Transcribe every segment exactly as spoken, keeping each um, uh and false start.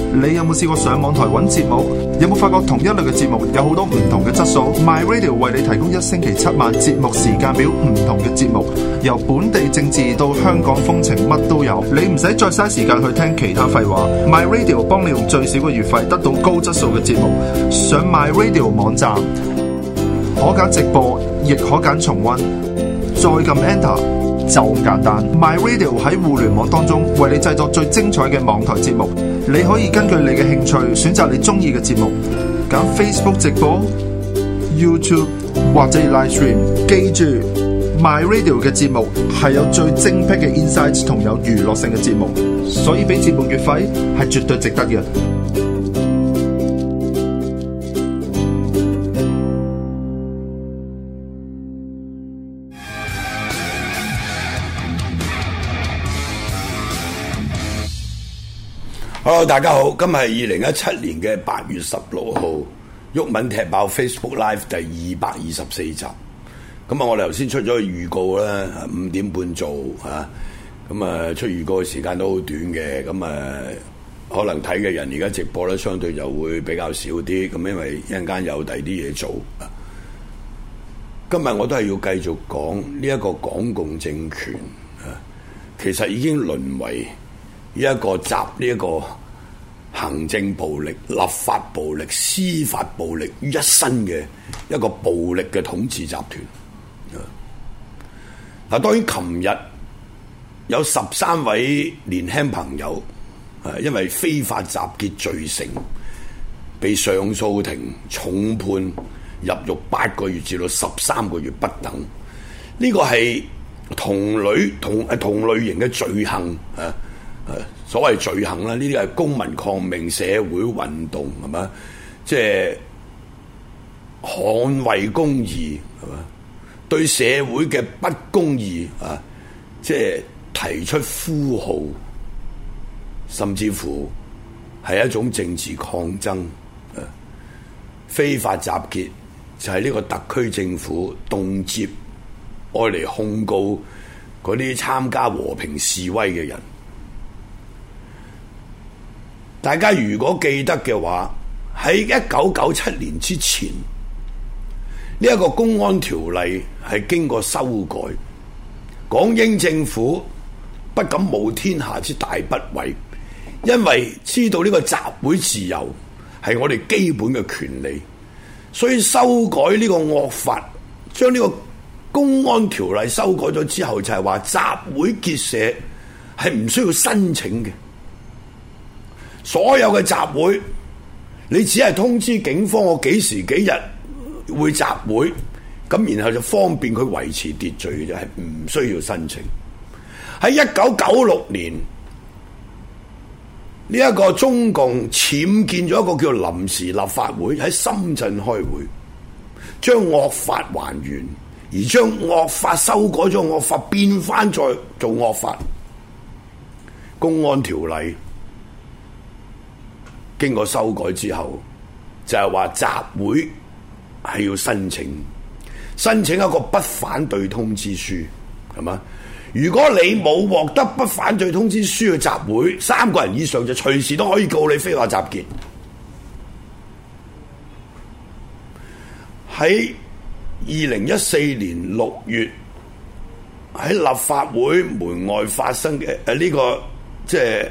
你有冇試過上網台揾節目？有冇發覺同一類嘅節目有好多唔同嘅質素 ？My Radio 為你提供一星期七晚節目時間表，唔同嘅節目，由本地政治到香港風情，乜都有。你唔使再嘥時間去聽其他廢話 ，My Radio 幫你用最少嘅月費得到高質素嘅節目。上 My Radio 網站可揀直播，亦可揀重溫，再撳 Enter。就咁簡單 ，My Radio 喺互聯網當中為你製作最精彩嘅網台節目。你可以根據你嘅興趣選擇你中意嘅節目，揀 Facebook 直播、YouTube 或者 Live Stream。記住 ，My Radio 嘅節目係有最精闢嘅 insights 同有娛樂性嘅節目，所以俾節目月費係絕對值得嘅。 Hello， 大家好，今日係二零一七年嘅八月十六號，毓民踢爆 Facebook Live 第二百二十四集。咁啊，我哋頭先出咗個預告啦，五點半做吓，咁啊出預告嘅時間都好短嘅，咁啊可能睇嘅人而家直播咧，相對就會比較少啲，咁因為一陣間有第二啲嘢做。今日我都係要繼續講呢一個港共政權啊，其實已經淪為呢一個集呢一個行政暴力、立法暴力、司法暴力於一身嘅一個暴力嘅統治集團。嗱，當然琴日有十三位年輕朋友係因為非法集結罪成，被上訴庭重判入獄八個月至到十三個月不等。呢個係同類同誒同類型嘅罪行啊！所謂罪行啦，呢啲係公民抗命、社會運動係嘛，即係捍衛公義係嘛，對社會嘅不公義啊，即係提出呼號，甚至乎係一種政治抗爭。啊，非法集結就係呢個特區政府動輒愛嚟控告嗰啲參加和平示威嘅人。大家如果記得嘅話，喺一九九七年之前，呢一個公安條例係經過修改，港英政府不敢冒天下之大不韙，因為知道呢個集會自由係我哋基本嘅權利，所以修改呢個惡法，將呢個公安條例修改咗之後，就係話集會結社係唔需要申請嘅。所有嘅集會，你只係通知警方我幾時幾日會集會，咁然後就方便佢維持秩序嘅啫，係唔需要申請。喺一九九六年，呢一個中共僭建咗一個叫臨時立法會，喺深圳開會，將惡法還原，而將惡法修改咗惡法變翻再做惡法。公安條例經過修改之後，就係話集會係要申請，申請一個不反對通知書，係嘛？如果你冇獲得不反對通知書嘅集會，三個人以上就隨時都可以告你非法集結。喺二零一四年六月，喺立法會門外發生嘅誒呢個即係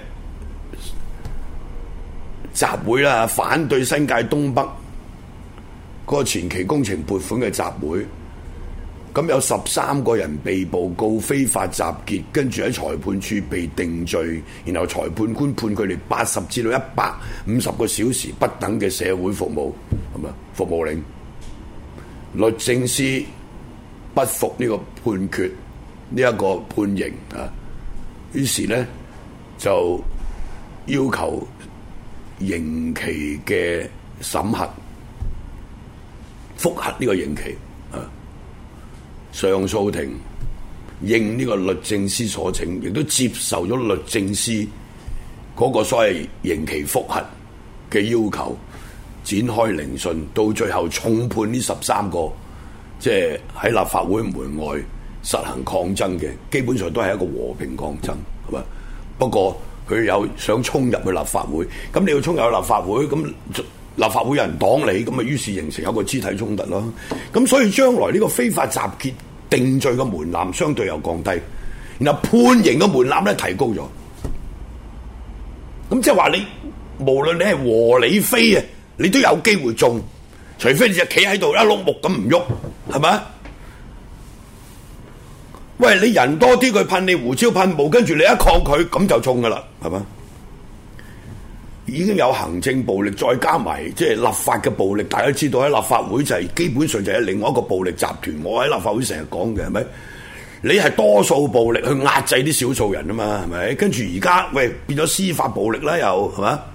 集會啦，反對新界東北嗰個前期工程撥款嘅集會，咁有十三個人被捕告非法集結，跟住喺裁判處被定罪，然後裁判官判佢哋八十至到一百五十個小時不等嘅社會服務，係咪服務令？律政司不服呢個判決，呢、這、一個判刑啊，於是呢，就要求刑期嘅審核，覆核呢個刑期啊。上訴庭應呢個律政司所請，亦都接受咗律政司嗰個所謂刑期覆核嘅要求，展開聆訊，到最後重判呢十三個，即係喺立法會門外實行抗爭嘅，基本上都係一個和平抗爭，係嘛？不過佢有想衝入去立法會，咁你要衝入去立法會，咁立法會有人擋你，咁啊於是形成有個肢體衝突咯。咁所以將來呢個非法集結定罪嘅門檻相對又降低，然後判刑嘅門檻咧提高咗。咁即係話你無論你係和理非啊，你都有機會中，除非你就企喺度一碌木咁唔喐，係咪？喂，你人多啲，佢噴你胡椒噴霧，跟住你一抗拒，咁就中噶啦，係嘛？已經有行政暴力，再加埋即係立法嘅暴力。大家知道喺立法會就係、是、基本上就係另外一個暴力集團。我喺立法會成日講嘅係咪？你係多數暴力去壓制啲少數人啊嘛，係咪？跟住而家喂變咗司法暴力啦，又係嘛？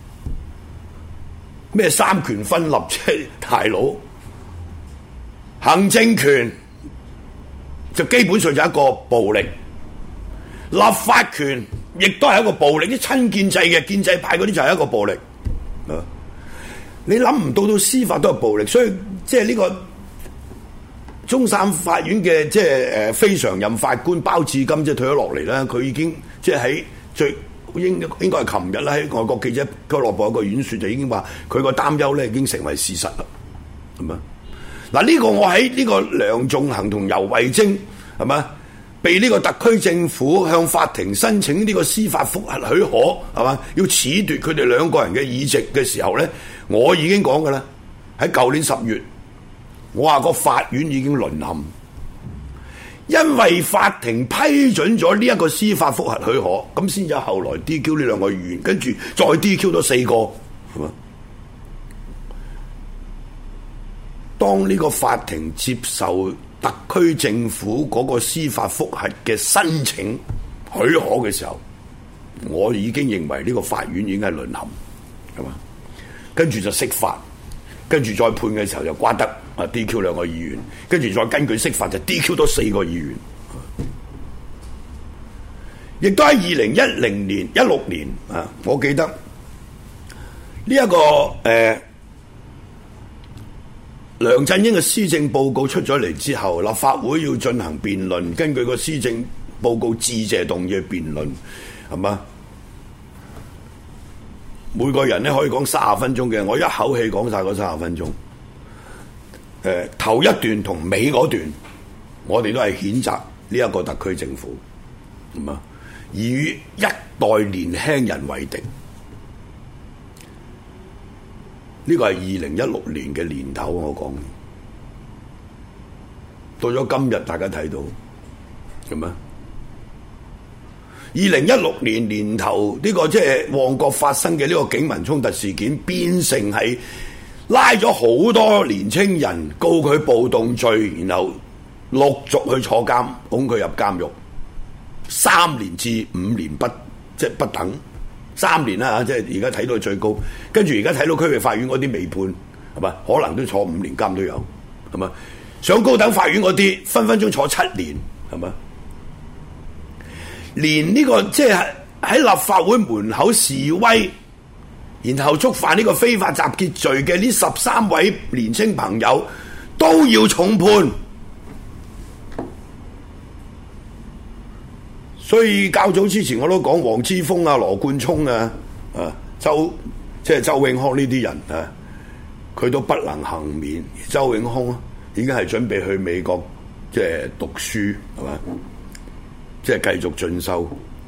咩三權分立，即係大佬行政權。就基本上就係一個暴力，立法權亦都係一個暴力，啲親建制嘅建制派嗰啲就係一個暴力。啊，你諗唔到到司法都係暴力，所以即係呢個中山法院嘅即係誒非常任法官包致金即係退咗落嚟啦，佢已經即係喺最應應該係琴日啦，喺外國記者俱樂部一個演說就已經話佢個擔憂咧已經成為事實啦，係嘛？嗱，呢個我喺呢個梁頌恆同游蕙禎係嘛，被呢個特區政府向法庭申請呢個司法覆核許可係嘛，要褫奪佢哋兩個人嘅議席嘅時候咧，我已經講㗎啦。喺舊年十月，我話個法院已經淪陷，因為法庭批准咗呢一個司法覆核許可，咁先有後來 D Q 呢兩個議員，跟住再 D Q 多四個係嘛。當呢個法庭接受特區政府嗰個司法覆核嘅申請許可嘅時候，我已經認為呢個法院已經係淪陷，係嘛？跟住就釋法，跟住再判嘅時候就瓜得啊 D Q 兩個議員，跟住再根據釋法就 D Q 多四個議員，亦都喺二零一零年、一六年啊，我記得呢一、這個誒。呃梁振英嘅施政報告出咗嚟之後，立法會要進行辯論，根據個施政報告致謝動議嘅辯論，係嘛？每個人咧可以講三十分鐘嘅，我一口氣講晒嗰三十分鐘。誒、呃，頭一段同尾嗰段，我哋都係譴責呢一個特區政府，係嘛？以與一代年輕人為敵。呢個係二零一六年嘅年頭，我講到咗今日，大家睇到係咪？二零一六年年頭呢個即係旺角發生嘅呢個警民衝突事件，變成係拉咗好多年青人告佢暴動罪，然後陸續去坐監，拱佢入監獄，三年至五年不即係不等。三年啦嚇，即係而家睇到最高，跟住而家睇到區域法院嗰啲未判，係嘛？可能都坐五年監都有，係嘛？上高等法院嗰啲分分鐘坐七年，係嘛？連呢個即係喺立法會門口示威，然後觸犯呢個非法集結罪嘅呢十三位年青朋友都要重判。所以較早之前我都講黃之鋒啊、羅冠聰啊、啊周即係周永康呢啲人啊，佢都不能幸免。周永康已經係準備去美國即係讀書，係嘛？即係繼續進修。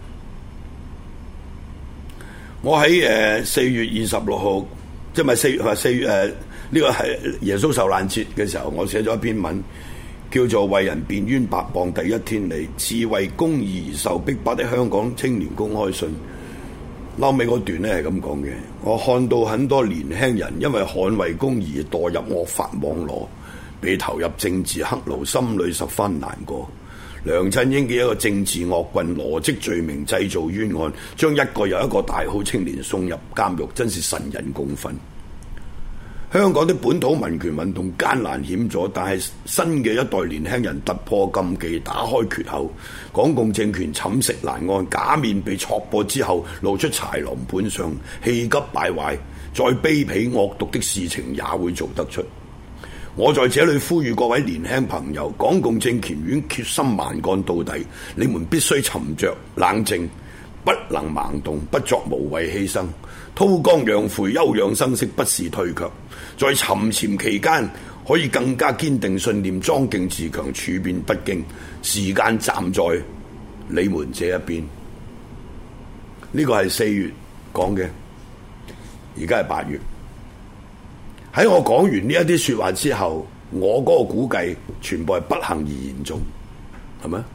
我喺誒四月二十六號，即係咪四月係四月誒？呢個係耶穌受難節嘅時候，我寫咗一篇文。叫做為人辯冤白謗第一天嚟，自為公義而受逼迫的香港青年公開信。後尾嗰段咧係咁講嘅，我看到很多年輕人因為捍衛公義而墮入惡法網羅，被投入政治黑牢，心裏十分難過。梁振英嘅一個政治惡棍，羅織罪名製造冤案，將一個又一個大好青年送入監獄，真是神人共憤。香港的本土民權運動艱難險阻，但係新嘅一代年輕人突破禁忌，打開缺口，港共政權寢食難安，假面被戳破之後，露出豺狼本相，氣急敗壞，再卑鄙惡毒的事情也會做得出。我在這裏呼籲各位年輕朋友，港共政權已經決心蠻幹到底，你們必須沉着冷靜， 不能盲動，不作無謂犧牲，韜光養晦，休養生息，不是退卻。在沉潛期間，可以更加堅定信念，莊敬自強，處變不驚。時間站在你們這一邊。呢個係四月講嘅，而家係八月。喺我講完呢一啲說話之後，我嗰個估計全部係不幸而言中，係咪？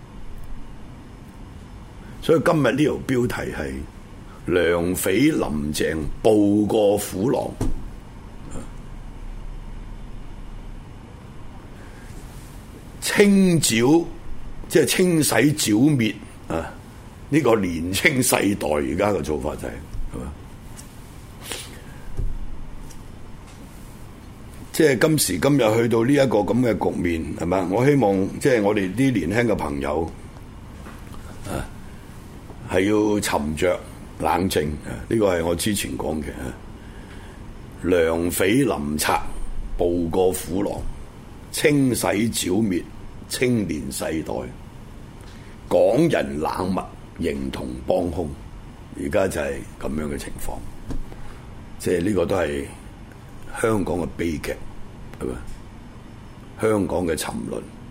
所以今日呢條標題係梁匪林鄭暴過虎狼，清剿即係清洗剿滅啊！呢、這個年青世代而家嘅做法就係、是，係嘛？即係今時今日去到呢一個咁嘅局面，係嘛？我希望即係我哋啲年輕嘅朋友啊，係要沉着冷靜啊！呢個係我之前講嘅。梁匪林賊暴過虎狼，清洗剿滅青年世代，港人冷漠形同幫兇，而家就係咁樣嘅情況。即係呢個都係香港嘅悲劇，係咪？香港嘅沉淪。